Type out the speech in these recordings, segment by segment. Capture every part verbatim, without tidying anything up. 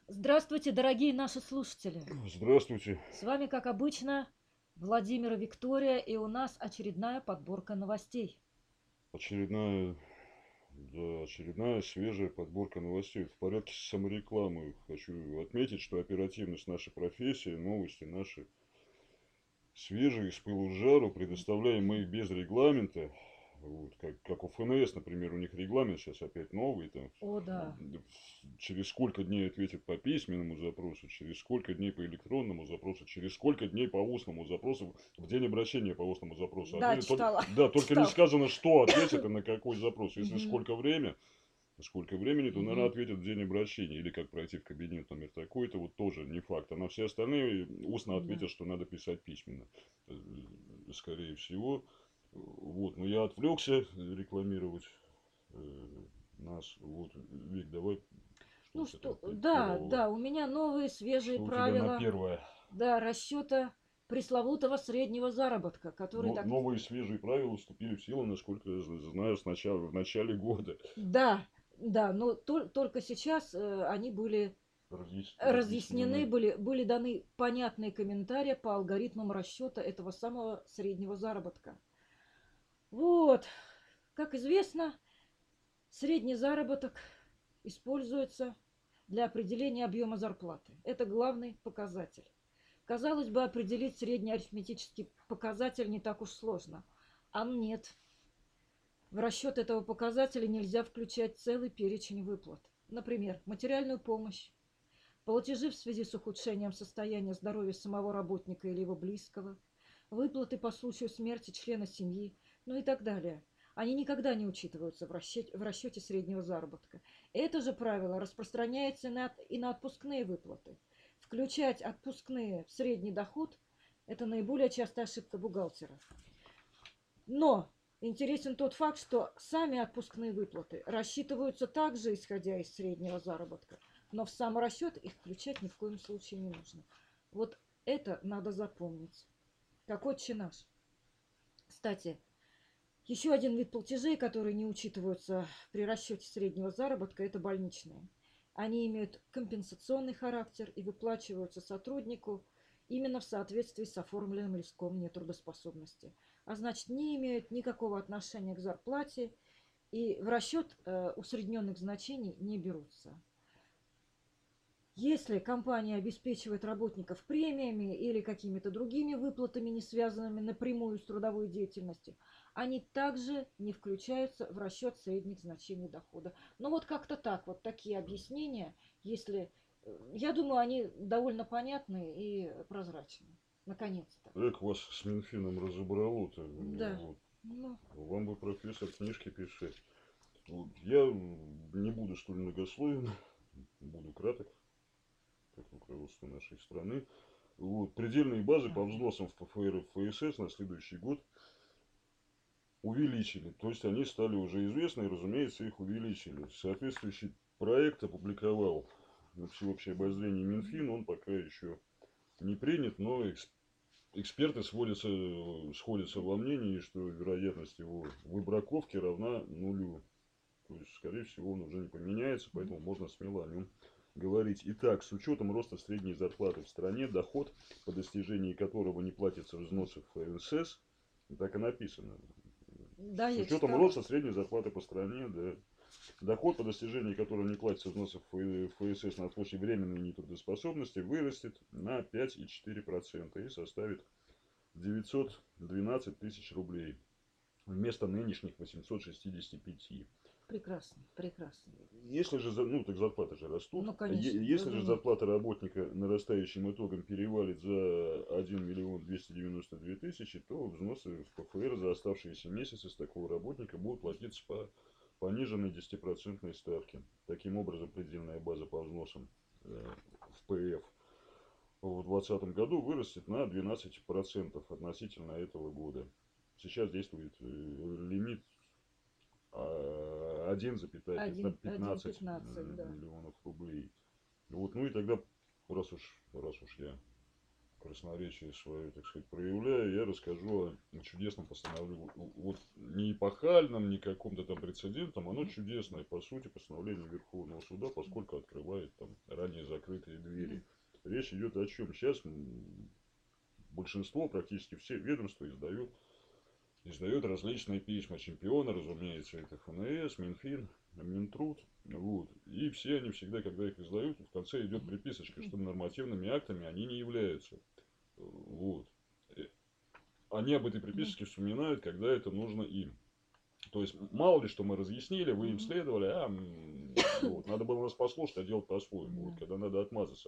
Здравствуйте, дорогие наши слушатели! Здравствуйте! С вами, как обычно, Владимир и Виктория, и у нас очередная подборка новостей. Очередная, да, очередная свежая подборка новостей. В порядке саморекламы хочу отметить, что оперативность нашей профессии, новости наши свежие, с пылу с жару, предоставляем мы без регламента. Вот, как, как у ФНС, например, у них регламент сейчас опять новый. Там, О, да. через сколько дней ответят по письменному запросу, через сколько дней по электронному запросу, через сколько дней по устному запросу, в день обращения по устному запросу Да, ответят. Только, читала, да, только не читала. сказано, что ответят и на какой запрос. Если Мгм. сколько время, сколько времени, то, наверное, Мгм. ответят в день обращения. Или как пройти в кабинет номер такой-то, вот тоже не факт. А на все остальные устно Да. ответят, что надо писать письменно. Э, Скорее всего. Вот, но я отвлекся рекламировать э, нас. Вот, Вик, давай, что Ну у тебя там что, пе- да, первого? да, у меня новые свежие Что у тебя на правила, первое? да, расчета пресловутого среднего заработка, который Но, так... новые свежие правила вступили в силу, насколько я знаю, с начала, в начале года. Да, да, но тол- только сейчас э, они были Разъяс- разъяснены, разъяснены. были, были даны понятные комментарии по алгоритмам расчета этого самого среднего заработка. Вот, как известно, средний заработок используется для определения объема зарплаты. Это главный показатель. Казалось бы, определить средний арифметический показатель не так уж сложно. А нет. В расчет этого показателя нельзя включать целый перечень выплат. Например, материальную помощь, платежи в связи с ухудшением состояния здоровья самого работника или его близкого, выплаты по случаю смерти члена семьи, ну и так далее. Они никогда не учитываются в расчете, в расчете среднего заработка. Это же правило распространяется и на, и на отпускные выплаты. Включать отпускные в средний доход – это наиболее частая ошибка бухгалтера. Но интересен тот факт, что сами отпускные выплаты рассчитываются также, исходя из среднего заработка, но в сам расчет их включать ни в коем случае не нужно. Вот это надо запомнить. Как отче наш. Кстати, еще один вид платежей, которые не учитываются при расчете среднего заработка, это больничные. Они имеют компенсационный характер и выплачиваются сотруднику именно в соответствии с оформленным листком нетрудоспособности. А значит, не имеют никакого отношения к зарплате и в расчет э, усредненных значений не берутся. Если компания обеспечивает работников премиями или какими-то другими выплатами, не связанными напрямую с трудовой деятельностью, они также не включаются в расчет средних значений дохода. Ну вот как-то так, вот такие объяснения, если... Я думаю, они довольно понятны и прозрачны. Наконец-то. Эк, вас с Минфином разобрало-то. Да. Вот. Ну, Вам бы, профессор, книжки писать. Вот. Я не буду столь многословен, буду краток, как руководство нашей страны. Вот. Предельные базы по ага. взносам в ПФР и ФСС на следующий год увеличили. То есть они стали уже известны, и, разумеется, их увеличили. Соответствующий проект опубликовал на всеобщее обозрение Минфин. Он пока еще не принят, но эксперты сводятся, сходятся во мнении, что вероятность его выбраковки равна нулю. То есть, скорее всего, он уже не поменяется, поэтому можно смело о нем говорить. Итак, с учетом роста средней зарплаты в стране, доход, по достижении которого не платятся взносы в ФНСС, так и написано. Да, С я учетом читала. роста средней зарплаты по стране, да, доход, по достижении которого не платятся взносы в ФСС на случай временной нетрудоспособности, вырастет на пять целых четыре десятых процента и составит девятьсот двенадцать тысяч рублей вместо нынешних восемьсот шестьдесят пять. Прекрасно, прекрасно. Если же, ну, так зарплаты же растут. Ну, конечно, Если же разумеется. зарплата работника нарастающим итогом перевалит за один миллион двести девяносто две тысячи, то взносы в ПФР за оставшиеся месяцы с такого работника будут платиться по пониженной десятипроцентной ставке. Таким образом, предельная база по взносам э, в ПФ в двадцатом году вырастет на двенадцать процентов относительно этого года. Сейчас действует э, лимит один целых Один, один пятнадцать пятнадцать, да. миллионов рублей. Вот, ну и тогда, раз уж, раз уж я красноречие свое, так сказать, проявляю, я расскажу о чудесном постановлении. Вот не эпохальном, не каком-то там прецедентом, оно чудесное, по сути, постановление Верховного суда, поскольку открывает там ранее закрытые двери. Речь идет о чем? Сейчас большинство, практически все ведомства издают, издают различные письма чемпиона, разумеется, это эф эн эс, Минфин, Минтруд. Вот. И все они всегда, когда их издают, в конце идет приписочка, что нормативными актами они не являются. Вот. Они об этой приписке вспоминают, когда это нужно им. То есть, мало ли, что мы разъяснили, вы им следовали, а вот, надо было нас послушать, а делать по-своему, вот, когда надо отмазаться.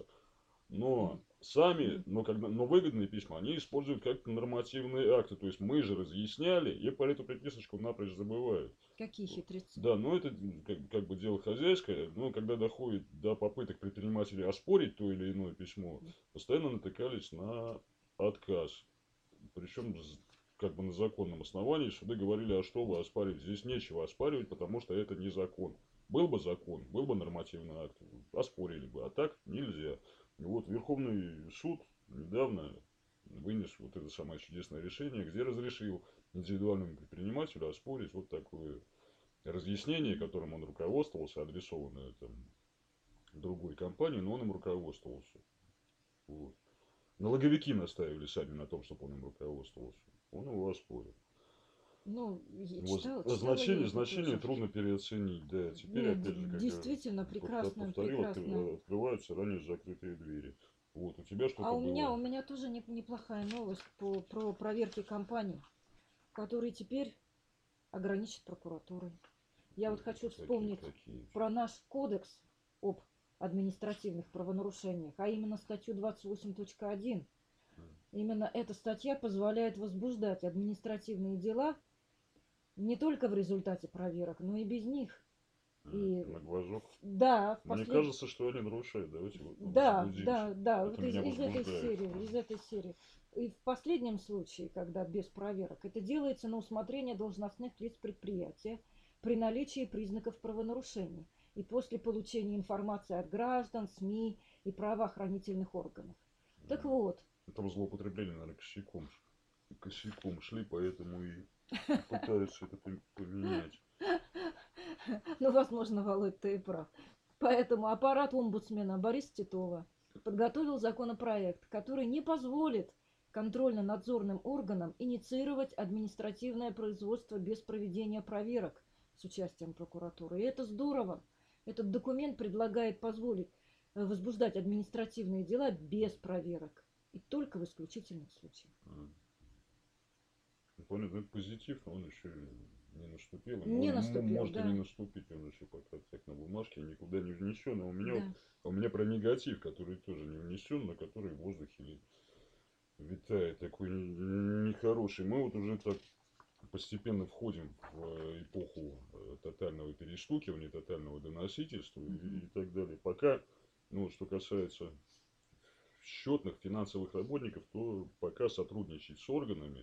Но сами, но, когда, но выгодные письма, они используют как нормативные акты. То есть, мы же разъясняли, и по эту приписочку напрочь забывают. Какие хитрецы. Да, но это как, как бы дело хозяйское. Но когда доходит до попыток предпринимателей оспорить то или иное письмо, постоянно натыкались на отказ. Причем как бы на законном основании. Суды говорили, а что вы оспариваете? Здесь нечего оспаривать, потому что это не закон. Был бы закон, был бы нормативный акт, оспорили бы, а так нельзя. Вот Верховный суд недавно вынес вот это самое чудесное решение, где разрешил индивидуальному предпринимателю оспорить вот такое разъяснение, которым он руководствовался, адресованное там другой компании, но он им руководствовался. Вот. Налоговики наставили сами на том, чтобы он им руководствовался. Он его оспорил. Ну, Вот читала, читала значение, я значение тоже. трудно переоценить. Да, теперь, Нет, опять же, как действительно я прекрасно, повторил, прекрасно. открываются ранее закрытые двери. Вот, у тебя что-то А у меня, было? у меня тоже не, неплохая новость по, про проверки компаний, которые теперь ограничат прокуратурой. Я вот хочу Какие, вспомнить какие? про наш кодекс об административных правонарушениях, а именно статью двадцать восемь точка один. Именно эта статья позволяет возбуждать административные дела не только в результате проверок, но и без них. И На глазок. да, в Мне послед... кажется, что они нарушают. Давайте Да, возбудим. да, да, Это вот из, меня из этой возбуждает. серии, из этой серии. И в последнем случае, когда без проверок, это делается на усмотрение должностных лиц предприятия при наличии признаков правонарушений и после получения информации от граждан, СМИ и правоохранительных органов. Так вот. Там злоупотребление, наверное, косяком. Косяком шли, поэтому и пытаются это поменять. Ну, возможно, Володь, ты и прав. Поэтому аппарат омбудсмена Бориса Титова подготовил законопроект, который не позволит контрольно-надзорным органам инициировать административное производство без проведения проверок с участием прокуратуры. И это здорово. Этот документ предлагает позволить возбуждать административные дела без проверок и только в исключительных случаях. Понятно, это позитив, но он еще не наступил. Не он наступил, может да. и не наступить, он еще пока так на бумажке никуда не внесен. А у меня, Да. вот, а у меня про негатив, который тоже не внесен, но который в воздухе витает, такой нехороший. Мы вот уже так постепенно входим в эпоху тотального перестукивания, тотального доносительства mm-hmm. и, и так далее. Пока, ну, что касается счетных финансовых работников, то пока сотрудничать с органами,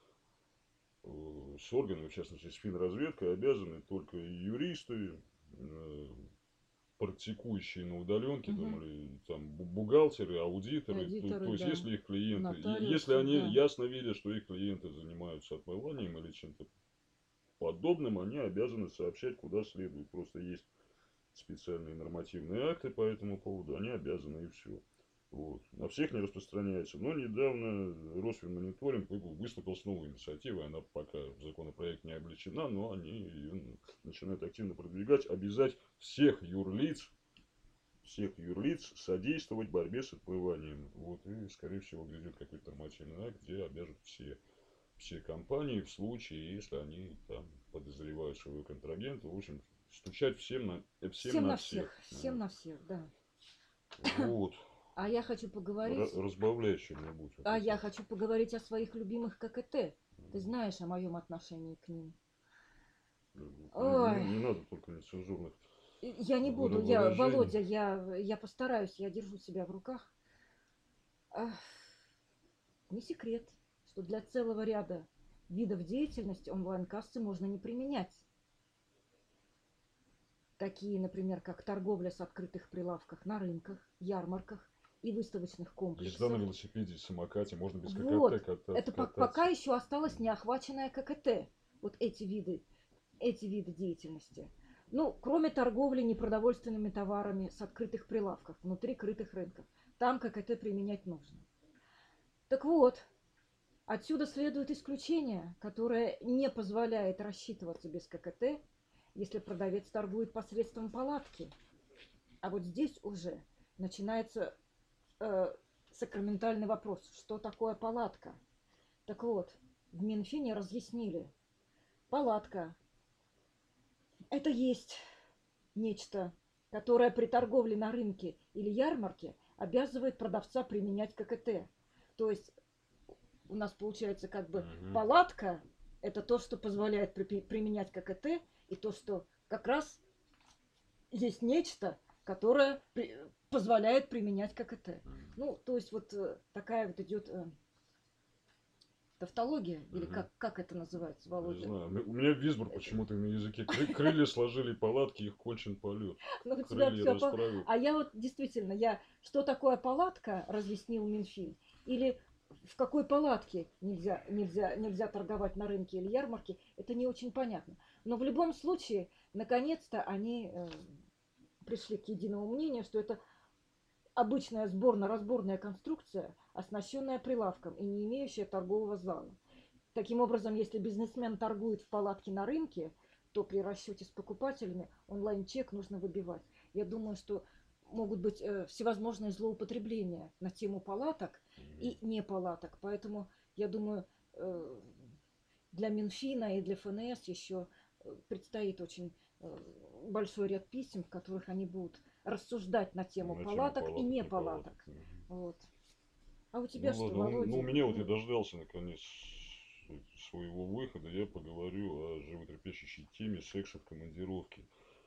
с органами, в частности, с финразведкой, обязаны только юристы, практикующие на удаленке, угу. там, или там бухгалтеры, аудиторы, Аудиторы, то, то есть да. если их клиенты, Нотариусы, если они да. ясно видят, что их клиенты занимаются отмыванием или чем-то подобным, они обязаны сообщать куда следует. Просто есть специальные нормативные акты по этому поводу, они обязаны и все. Вот. На всех не распространяется. Но недавно Росфинмониторинг выступил с новой инициативой. Она пока в законопроект не облечена, но они ее начинают активно продвигать. Обязать всех юрлиц, всех юрлиц содействовать борьбе с отмыванием. Вот. И, скорее всего, грядет какой-то нормативный акт, где обяжут все, все компании в случае, если они там подозревают своего контрагента. В общем, стучать всем на, всем всем на, на всех. всех. Всем на всех, да. Вот. А я хочу поговорить... Разбавляй чем-нибудь. А я хочу поговорить о своих любимых ка ка тэ. Ты знаешь о моем отношении к ним. Не, не надо только нецензурных. Я не буду, я, Володя, я, я постараюсь, я держу себя в руках. Ах, не секрет, что для целого ряда видов деятельности онлайн-кассы можно не применять. Такие, например, как торговля с открытых прилавках на рынках, ярмарках и выставочных комплексах. Езда на велосипеде и самокате, можно без ка ка тэ вот. кататься. Это пока еще осталось неохваченное ка ка тэ. Вот эти виды, эти виды деятельности. Ну, кроме торговли непродовольственными товарами с открытых прилавков, внутри крытых рынков. Там как это применять нужно. Так вот, отсюда следует исключение, которое не позволяет рассчитываться без ККТ, если продавец торгует посредством палатки. А вот здесь уже начинается э, сакраментальный вопрос, что такое палатка. Так вот, в Минфине разъяснили, палатка – это есть нечто, которое при торговле на рынке или ярмарке обязывает продавца применять ККТ. То есть у нас получается как бы Мгм. палатка – это то, что позволяет при- применять ККТ, и то, что как раз есть нечто, которое при- позволяет применять ККТ. Мгм. Ну, то есть вот э, такая вот идет э, тавтология, или Мгм. как, как это называется, Не Володя? знаю. У меня визбор почему-то на языке. Кры- Крылья сложили палатки, их кончен полет. Ну, у тебя Крылья все. расправил. А я вот действительно, я что такое палатка, разъяснил Минфин, или в какой палатке нельзя, нельзя, нельзя торговать на рынке или ярмарке, это не очень понятно. Но в любом случае, наконец-то они э, пришли к единому мнению, что это обычная сборно-разборная конструкция, оснащенная прилавком и не имеющая торгового зала. Таким образом, если бизнесмен торгует в палатке на рынке, то при расчете с покупателями онлайн-чек нужно выбивать. Я думаю, что могут быть э, всевозможные злоупотребления на тему палаток и не палаток. Поэтому, я думаю, э, для Минфина и для ФНС еще э, предстоит очень э, большой ряд писем, в которых они будут рассуждать на тему На тему палаток и палаток, не не палаток. палаток. Мгм. Вот. А у Ну тебя что, ладно, у, ну, у Володя? меня вот я Ну, дождался наконец своего выхода. Я поговорю о животрепещущей теме секса в командировке.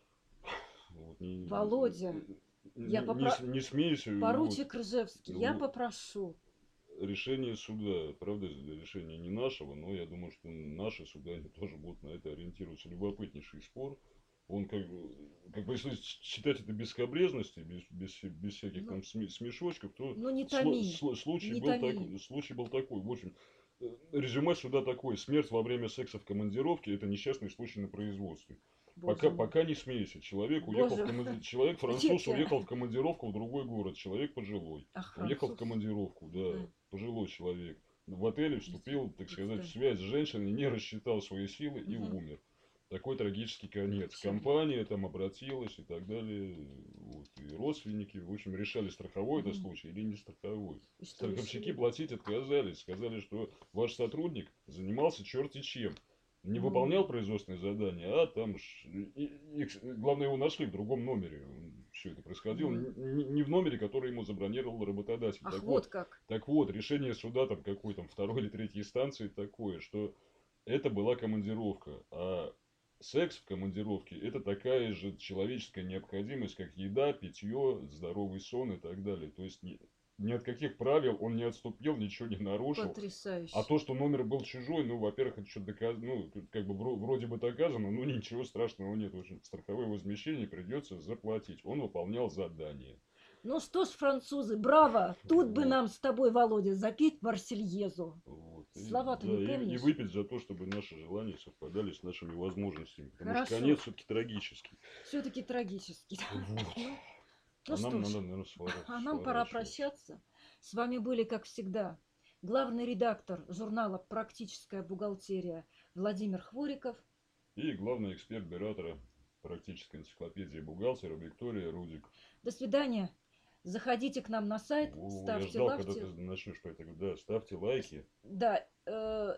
Вот, не, Володя, я не, не, попро... с- не смейся. Вот, Поручик Ржевский, я вот, попрошу. решение суда, правда, решение не нашего, но я думаю, что наши суда они тоже будут на это ориентироваться. Любопытнейший спор. Он как, бы- как бы если считать это без скабрезности, без, без, без всяких Ну, там сме- смешочков, то ну не сло- томи, сло- случай, не был так, томи. случай был такой. В общем, э, резюме суда такое. Смерть во время секса в командировке – это несчастный случай на производстве. Боже Пока, мой. пока не смейся. Человек уехал в Боже, команди... Человек, я француз, тебя... уехал в командировку в другой город. Человек пожилой. Ах, Уехал в француз. командировку, да, Да. пожилой человек. В отеле вступил, так сказать, в Представь. связь с женщиной, не рассчитал свои силы и Мгм. умер. Такой трагический конец. Печально. Компания там обратилась и так далее. Вот. И родственники, в общем, решали, страховой это Мгм. случай или не страховой. И что Страховщики решили? платить отказались. Сказали, что ваш сотрудник занимался черти чем. Не выполнял Ну, производственные задания, а там ш- и- и- их, главное, его нашли в другом номере. Все это происходило ну. Н- не не в номере, который ему забронировал работодатель. Ах, Так вот вот, как. так вот, решение суда там какой там второй или третьей инстанции такое, что это была командировка, а секс в командировке – это такая же человеческая необходимость, как еда, питье, здоровый сон и так далее. То есть ни, ни от каких правил он не отступил, ничего не нарушил. А Потрясающе. то, что номер был чужой, ну, во-первых, это что доказано, ну, тут как бы вро- вроде бы доказано, но ничего страшного нет. В общем, страховое возмещение придется заплатить. Он выполнял задание. Ну что ж, французы, браво! Тут бы Вот. нам с тобой, Володя, запеть Марсельезу. Вот. И, Слова-то да, не и, и помнишь? выпить за то, чтобы наши желания совпадали с нашими возможностями. Потому что Хорошо. конец все-таки трагический. Все-таки трагически. Вот. Ну, ну А нам что ж, надо, наверное, свора- а нам пора сворачивать. прощаться. С вами были, как всегда, главный редактор журнала «Практическая бухгалтерия» Владимир Хвориков. И главный эксперт Бератора практической энциклопедии бухгалтера Виктория Рудик. До свидания. Заходите к нам на сайт, О, я ставьте ждал, когда лайки. ты начнешь про это. Да, ставьте лайки. Да, э,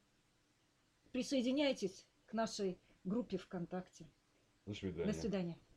присоединяйтесь к нашей группе ВКонтакте. До До свидания. свидания.